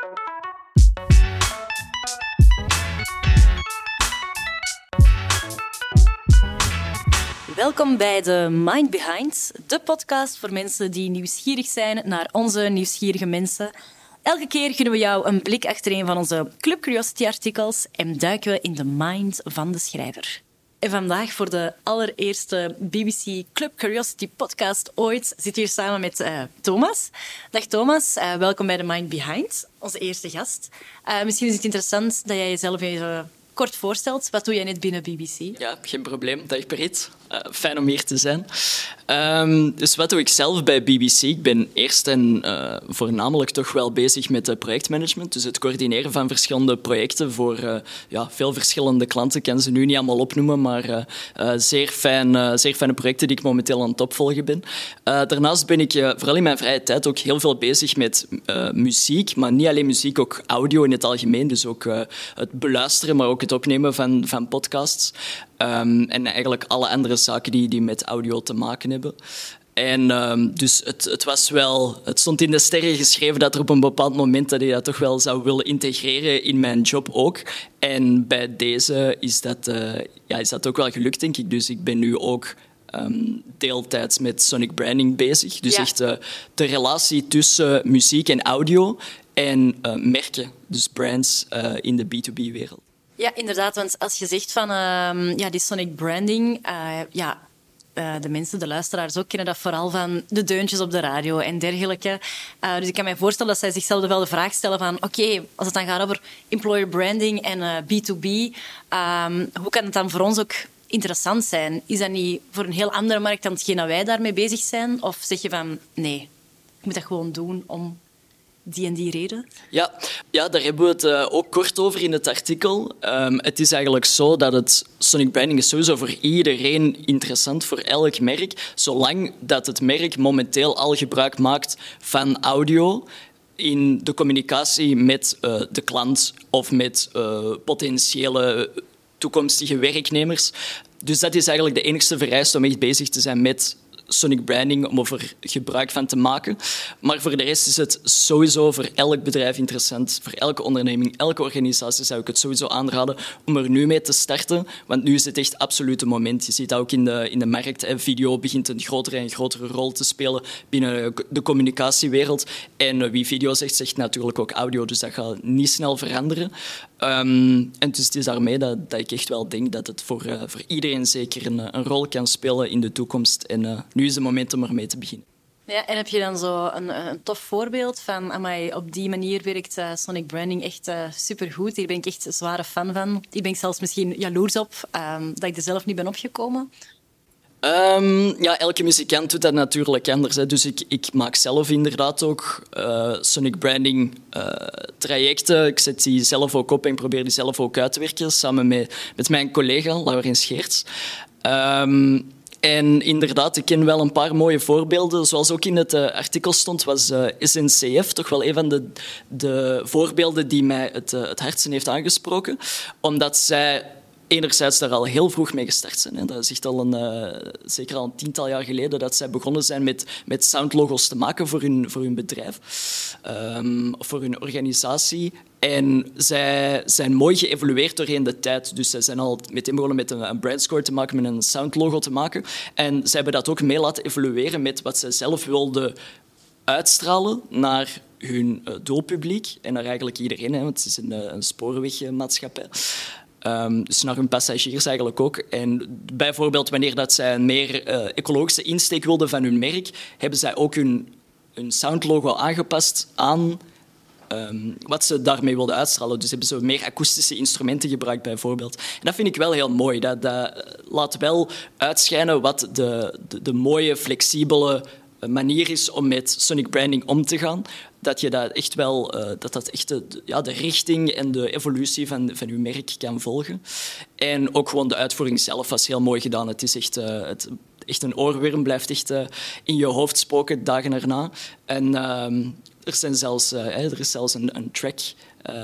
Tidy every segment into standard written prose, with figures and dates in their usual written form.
Welkom bij de Mind Behind, de podcast voor mensen die nieuwsgierig zijn naar onze nieuwsgierige mensen. Elke keer gunnen we jou een blik achter een van onze Club Curiosity-artikels en duiken we in de mind van de schrijver. En vandaag voor de allereerste BBC Club Curiosity podcast ooit zit hier samen met Thomas. Dag Thomas, welkom bij de Mind Behind, onze eerste gast. Misschien is het interessant dat jij jezelf even kort voorstelt. Wat doe jij net binnen BBC? Ja, geen probleem. Dag Brit. Fijn om hier te zijn. Dus wat doe ik zelf bij BBC? Ik ben eerst en voornamelijk toch wel bezig met projectmanagement. Dus het coördineren van verschillende projecten voor veel verschillende klanten. Ik kan ze nu niet allemaal opnoemen, maar zeer fijne projecten die ik momenteel aan het opvolgen ben. Daarnaast ben ik vooral in mijn vrije tijd ook heel veel bezig met muziek. Maar niet alleen muziek, ook audio in het algemeen. Dus ook het beluisteren, maar ook het opnemen van podcasts. En eigenlijk alle andere zaken die met audio te maken hebben. En dus het stond in de sterren geschreven dat er op een bepaald moment dat ik dat toch wel zou willen integreren in mijn job ook. En bij deze is dat ook wel gelukt, denk ik. Dus ik ben nu ook deeltijds met sonic branding bezig. Dus echt de relatie tussen muziek en audio en merken, dus brands in de B2B-wereld. Ja, inderdaad, want als je zegt van die sonic branding, de mensen, de luisteraars ook, kennen dat vooral van de deuntjes op de radio en dergelijke. Dus ik kan me voorstellen dat zij zichzelf wel de vraag stellen van oké, als het dan gaat over employer branding en B2B, hoe kan het dan voor ons ook interessant zijn? Is dat niet voor een heel andere markt dan hetgeen dat wij daarmee bezig zijn? Of zeg je van nee, ik moet dat gewoon doen om die en die reden? Ja, daar hebben we het ook kort over in het artikel. Het is eigenlijk zo dat het sonic branding is sowieso voor iedereen interessant, voor elk merk, zolang dat het merk momenteel al gebruik maakt van audio in de communicatie met de klant of met potentiële toekomstige werknemers. Dus dat is eigenlijk de enigste vereiste om echt bezig te zijn met sonic branding, om er gebruik van te maken. Maar voor de rest is het sowieso voor elk bedrijf interessant. Voor elke onderneming, elke organisatie zou ik het sowieso aanraden om er nu mee te starten. Want nu is het echt absoluut het moment. Je ziet dat ook in de markt. Video begint een grotere en grotere rol te spelen binnen de communicatiewereld. En wie video zegt, zegt natuurlijk ook audio. Dus dat gaat niet snel veranderen. En dus het is daarmee dat ik echt wel denk dat het voor iedereen zeker een rol kan spelen in de toekomst. En nu is het moment om ermee te beginnen. Ja, en heb je dan zo een tof voorbeeld van amai, op die manier werkt sonic branding echt supergoed. Hier ben ik echt een zware fan van. Hier ben ik zelfs misschien jaloers op dat ik er zelf niet ben opgekomen. Elke muzikant doet dat natuurlijk anders. Hè. Dus ik maak zelf inderdaad ook sonic branding trajecten. Ik zet die zelf ook op en probeer die zelf ook uit te werken, samen met mijn collega, Laurens Geerts. En inderdaad, ik ken wel een paar mooie voorbeelden. Zoals ook in het artikel stond, was SNCF toch wel een van de voorbeelden die mij het hardst heeft aangesproken. Omdat zij enerzijds daar al heel vroeg mee gestart zijn. Hè. Dat is echt zeker al een 10-tal jaar geleden dat zij begonnen zijn met soundlogos te maken voor hun bedrijf, voor hun organisatie. En zij zijn mooi geëvolueerd doorheen de tijd. Dus zij zijn al meteen begonnen met een brandscore te maken, met een soundlogo te maken. En zij hebben dat ook mee laten evolueren met wat zij zelf wilden uitstralen naar hun doelpubliek en naar eigenlijk iedereen, hè, want het is een spoorwegmaatschappij. Dus naar hun passagiers eigenlijk ook. En bijvoorbeeld wanneer dat zij een meer ecologische insteek wilden van hun merk, hebben zij ook hun soundlogo aangepast aan wat ze daarmee wilden uitstralen. Dus hebben ze meer akoestische instrumenten gebruikt, bijvoorbeeld. En dat vind ik wel heel mooi. Dat laat wel uitschijnen wat de mooie, flexibele manier is om met sonic branding om te gaan. Dat je dat echt wel, dat echt de richting en de evolutie van je merk kan volgen. En ook gewoon de uitvoering zelf was heel mooi gedaan. Het is echt een oorworm, blijft echt in je hoofd spoken dagen erna. En er is zelfs een track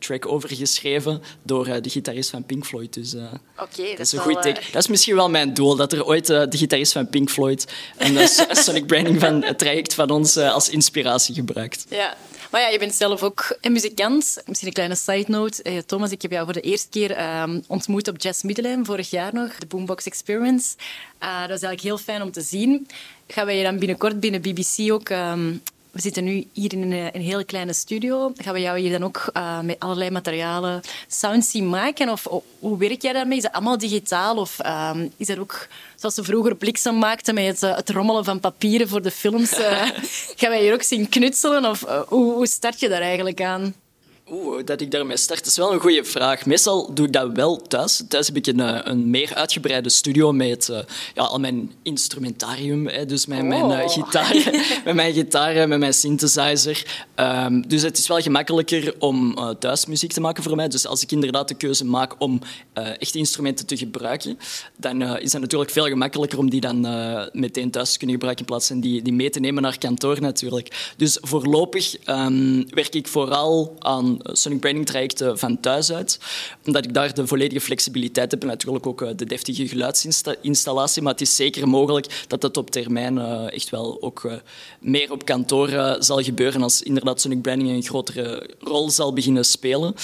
track over geschreven door de gitarist van Pink Floyd. Dus Oké, dat is een goed teken. Dat is misschien wel mijn doel, dat er ooit de gitarist van Pink Floyd een sonic branding van het traject van ons als inspiratie gebruikt. Ja. Maar ja, je bent zelf ook een muzikant. Misschien een kleine side note. Thomas, ik heb jou voor de eerste keer ontmoet op Jazz Middelheim, vorig jaar nog, de Boombox Experience. Dat was eigenlijk heel fijn om te zien. Gaan wij je dan binnenkort binnen BBC ook... we zitten nu hier in een hele kleine studio. Gaan we jou hier dan ook met allerlei materialen sounds zien maken? Of hoe werk jij daarmee? Is dat allemaal digitaal? Of is dat ook zoals ze vroeger Bliksem maakten met het rommelen van papieren voor de films? Gaan wij hier ook zien knutselen? Of hoe start je daar eigenlijk aan? Dat ik daarmee start, is wel een goede vraag. Meestal doe ik dat wel thuis. Thuis heb ik een meer uitgebreide studio met al mijn instrumentarium. Dus met mijn gitaar, met mijn synthesizer. Dus het is wel gemakkelijker om thuis muziek te maken voor mij. Dus als ik inderdaad de keuze maak om echte instrumenten te gebruiken, dan is het natuurlijk veel gemakkelijker om die dan meteen thuis te kunnen gebruiken in plaats van die mee te nemen naar kantoor natuurlijk. Dus voorlopig werk ik vooral aan sonic branding trajecten van thuis uit, omdat ik daar de volledige flexibiliteit heb en natuurlijk ook de deftige geluidsinstallatie, maar het is zeker mogelijk dat dat op termijn echt wel ook meer op kantoor zal gebeuren als inderdaad sonic branding een grotere rol zal beginnen spelen.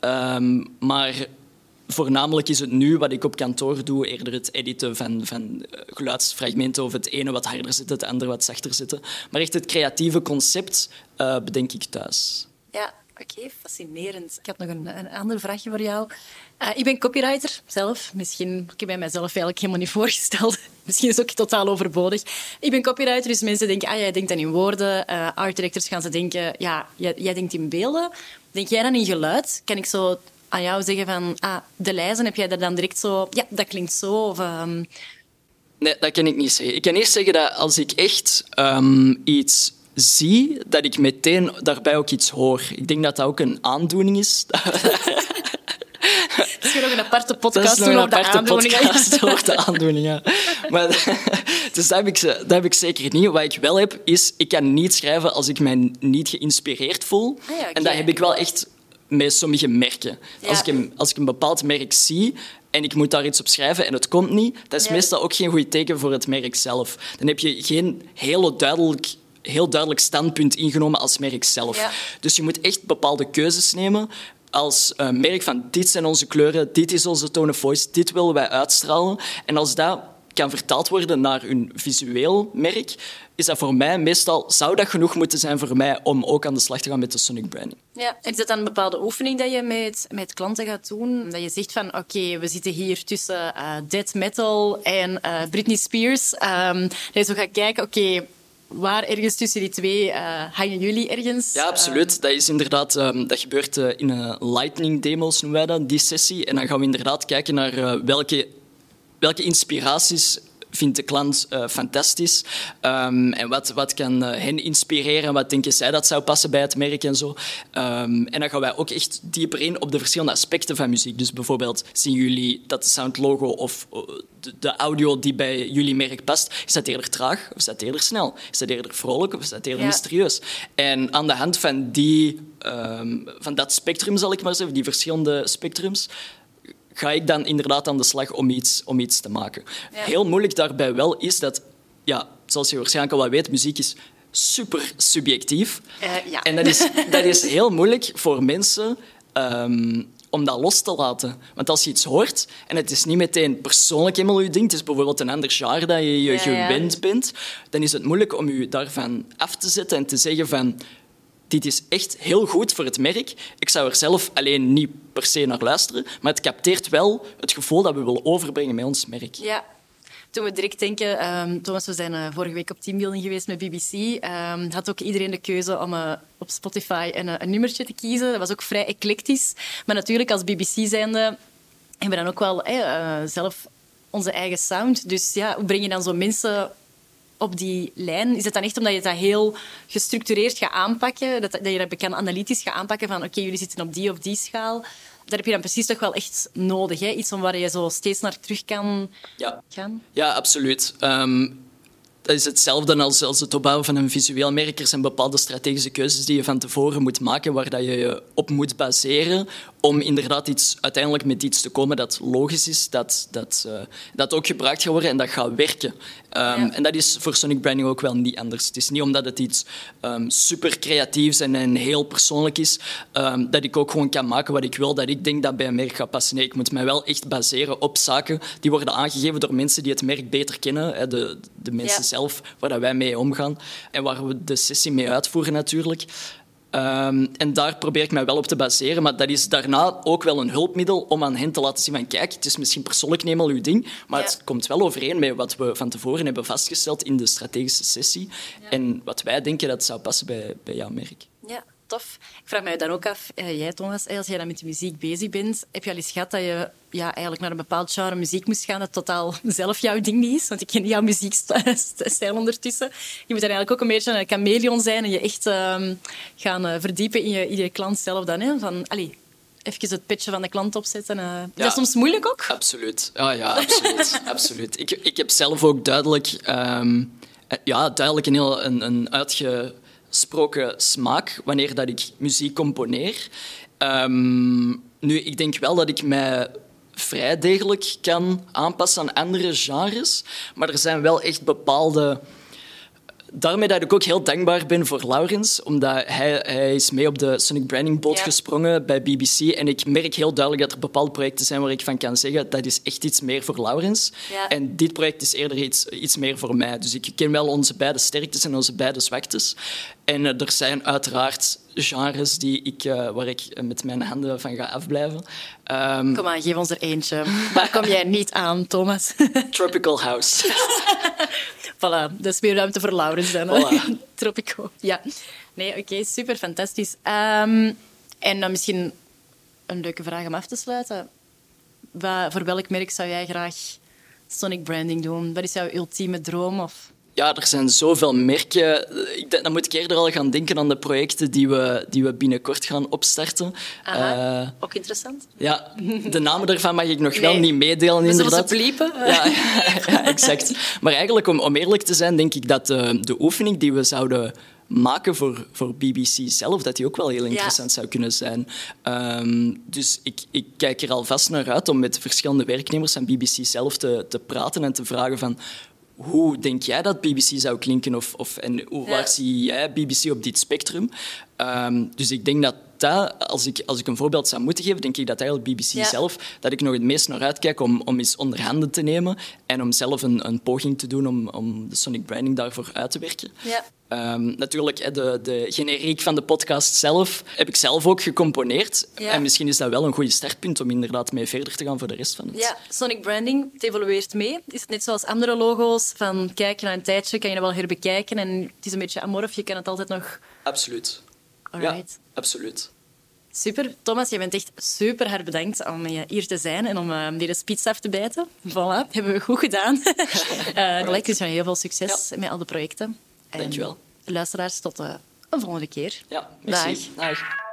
Maar voornamelijk is het nu wat ik op kantoor doe, eerder het editen van geluidsfragmenten of het ene wat harder zit, het andere wat zachter zitten. Maar echt het creatieve concept bedenk ik thuis. Ja. Oké, fascinerend. Ik had nog een ander vraagje voor jou. Ik ben copywriter zelf. Misschien, ik heb bij mijzelf eigenlijk helemaal niet voorgesteld. Misschien is het ook totaal overbodig. Ik ben copywriter, dus mensen denken, jij denkt dan in woorden. Art directors gaan ze denken, jij denkt in beelden. Denk jij dan in geluid? Kan ik zo aan jou zeggen van, de lijzen, heb jij daar dan direct zo... Ja, dat klinkt zo, of... Nee, dat kan ik niet zeggen. Ik kan eerst zeggen dat als ik echt iets zie, dat ik meteen daarbij ook iets hoor. Ik denk dat dat ook een aandoening is. Dat is nog een aparte podcast doen op de aandoeningen. Over de aandoeningen. Maar, dus dat heb ik zeker niet. Wat ik wel heb, is... Ik kan niet schrijven als ik mij niet geïnspireerd voel. Okay. En dat heb ik wel echt met sommige merken. Ja. Als ik een bepaald merk zie en ik moet daar iets op schrijven en het komt niet, dat is meestal ook geen goed teken voor het merk zelf. Dan heb je geen heel duidelijk standpunt ingenomen als merk zelf. Ja. Dus je moet echt bepaalde keuzes nemen als merk van dit zijn onze kleuren, dit is onze tone of voice, dit willen wij uitstralen. En als dat kan vertaald worden naar een visueel merk, is dat voor mij meestal, zou dat genoeg moeten zijn voor mij om ook aan de slag te gaan met de sonic branding. Ja, en is dat dan een bepaalde oefening dat je met klanten gaat doen? Dat je zegt van, oké, we zitten hier tussen death metal en Britney Spears. Dat je zo gaat kijken, oké, waar ergens tussen die twee hangen jullie ergens? Ja, absoluut. Dat is inderdaad, dat gebeurt in een lightning demos, noemen wij dat, die sessie. En dan gaan we inderdaad kijken naar welke inspiraties vindt de klant fantastisch. En wat kan hen inspireren? Wat denken zij dat zou passen bij het merk en zo? En dan gaan wij ook echt dieper in op de verschillende aspecten van muziek. Dus bijvoorbeeld, zien jullie dat de soundlogo of de audio die bij jullie merk past, is dat eerder traag of is dat eerder snel? Is dat eerder vrolijk of is dat eerder mysterieus? En aan de hand van van dat spectrum, zal ik maar zeggen, die verschillende spectrums, ga ik dan inderdaad aan de slag om iets te maken. Ja. Heel moeilijk daarbij wel is dat, zoals je waarschijnlijk al wel weet, muziek is super subjectief. Ja. En dat is heel moeilijk voor mensen om dat los te laten. Want als je iets hoort en het is niet meteen persoonlijk helemaal je ding, het is bijvoorbeeld een ander genre dat je gewend bent, dan is het moeilijk om je daarvan af te zetten en te zeggen van, dit is echt heel goed voor het merk. Ik zou er zelf alleen niet per se naar luisteren, maar het capteert wel het gevoel dat we willen overbrengen met ons merk. Ja. Toen we direct denken... Thomas, we zijn vorige week op teambuilding geweest met BBC. Had ook iedereen de keuze om op Spotify een nummertje te kiezen. Dat was ook vrij eclectisch. Maar natuurlijk, als BBC zijnde, hebben we dan ook wel zelf onze eigen sound. Dus ja, hoe breng je dan zo mensen op die lijn? Is het dan echt omdat je dat heel gestructureerd gaat aanpakken? Dat je dat bekend analytisch gaat aanpakken van oké, jullie zitten op die of die schaal. Daar heb je dan precies toch wel echt nodig. Hè? Iets om waar je zo steeds naar terug kan gaan. Ja, absoluut. Dat is hetzelfde als het opbouwen van een visueel merk. Er zijn bepaalde strategische keuzes die je van tevoren moet maken, waar dat je je op moet baseren om inderdaad uiteindelijk met iets te komen dat logisch is, dat ook gebruikt gaat worden en dat gaat werken. En dat is voor sonic branding ook wel niet anders. Het is niet omdat het iets super creatiefs en heel persoonlijk is, dat ik ook gewoon kan maken wat ik wil, dat ik denk dat bij een merk gaat passen. Nee, ik moet mij wel echt baseren op zaken die worden aangegeven door mensen die het merk beter kennen, hè, de mensen zelf waar dat wij mee omgaan en waar we de sessie mee uitvoeren natuurlijk. En daar probeer ik mij wel op te baseren, maar dat is daarna ook wel een hulpmiddel om aan hen te laten zien van kijk, het is misschien persoonlijk niet eenmaal uw ding, maar het komt wel overeen met wat we van tevoren hebben vastgesteld in de strategische sessie en wat wij denken dat zou passen bij jouw merk. Ja, tof. Ik vraag mij dan ook af, jij Thomas, als jij dan met de muziek bezig bent, heb je al eens gehad dat je eigenlijk naar een bepaald genre muziek moest gaan dat totaal zelf jouw ding niet is? Want ik ken jouw muziekstijl ondertussen. Je moet dan eigenlijk ook een beetje een chameleon zijn en je echt gaan verdiepen in je klant zelf dan. Hè? Van, even het pitje van de klant opzetten. Is dat soms moeilijk ook? Absoluut. Ja, absoluut. absoluut. Ik heb zelf ook duidelijk een uitgesproken smaak wanneer dat ik muziek componeer. Nu, ik denk wel dat ik mij vrij degelijk kan aanpassen aan andere genres, maar er zijn wel echt bepaalde... Daarmee dat ik ook heel dankbaar ben voor Laurens, omdat hij is mee op de Sonic Branding boot gesprongen bij BBC en ik merk heel duidelijk dat er bepaalde projecten zijn waar ik van kan zeggen dat is echt iets meer voor Laurens. Ja. En dit project is eerder iets meer voor mij. Dus ik ken wel onze beide sterktes en onze beide zwaktes. En er zijn uiteraard genres waar ik met mijn handen van ga afblijven. Kom aan, geef ons er eentje. Waar kom jij niet aan, Thomas? Tropical House. Voilà, dat is meer ruimte voor Laurens dan. Voilà. Tropico, ja. Nee, oké, super, fantastisch. En dan misschien een leuke vraag om af te sluiten. Voor welk merk zou jij graag sonic branding doen? Wat is jouw ultieme droom? Of... Ja, er zijn zoveel merken. Dan moet ik eerder al gaan denken aan de projecten die we binnenkort gaan opstarten. Ook interessant. Ja, de namen daarvan mag ik nog wel niet meedelen, inderdaad. We zullen ze bliepen. Ja, exact. Maar eigenlijk, om eerlijk te zijn, denk ik dat de oefening die we zouden maken voor BBC zelf, dat die ook wel heel interessant zou kunnen zijn. Dus ik kijk er alvast naar uit om met verschillende werknemers van BBC zelf te praten en te vragen van... Hoe denk jij dat BBC zou klinken? Waar zie jij BBC op dit spectrum? Dus ik denk dat als ik een voorbeeld zou moeten geven, denk ik dat eigenlijk BBC zelf, dat ik nog het meest naar uitkijk om eens onder handen te nemen en om zelf een poging te doen om de sonic branding daarvoor uit te werken. Ja. Natuurlijk, de generiek van de podcast zelf heb ik zelf ook gecomponeerd. Ja. En misschien is dat wel een goede startpunt om inderdaad mee verder te gaan voor de rest van het. Ja, sonic branding, het evolueert mee. Is het net zoals andere logo's? Van kijk, na een tijdje kan je dat wel herbekijken en het is een beetje amorf, je kan het altijd nog... Absoluut. Alright. Ja, absoluut. Super. Thomas, je bent echt super hard bedankt om hier te zijn en om weer de spits af te bijten. Voilà, hebben we goed gedaan. Ik wens je heel veel succes met al de projecten. Dankjewel. Luisteraars, tot een volgende keer. Ja, merci. Dag. Dag.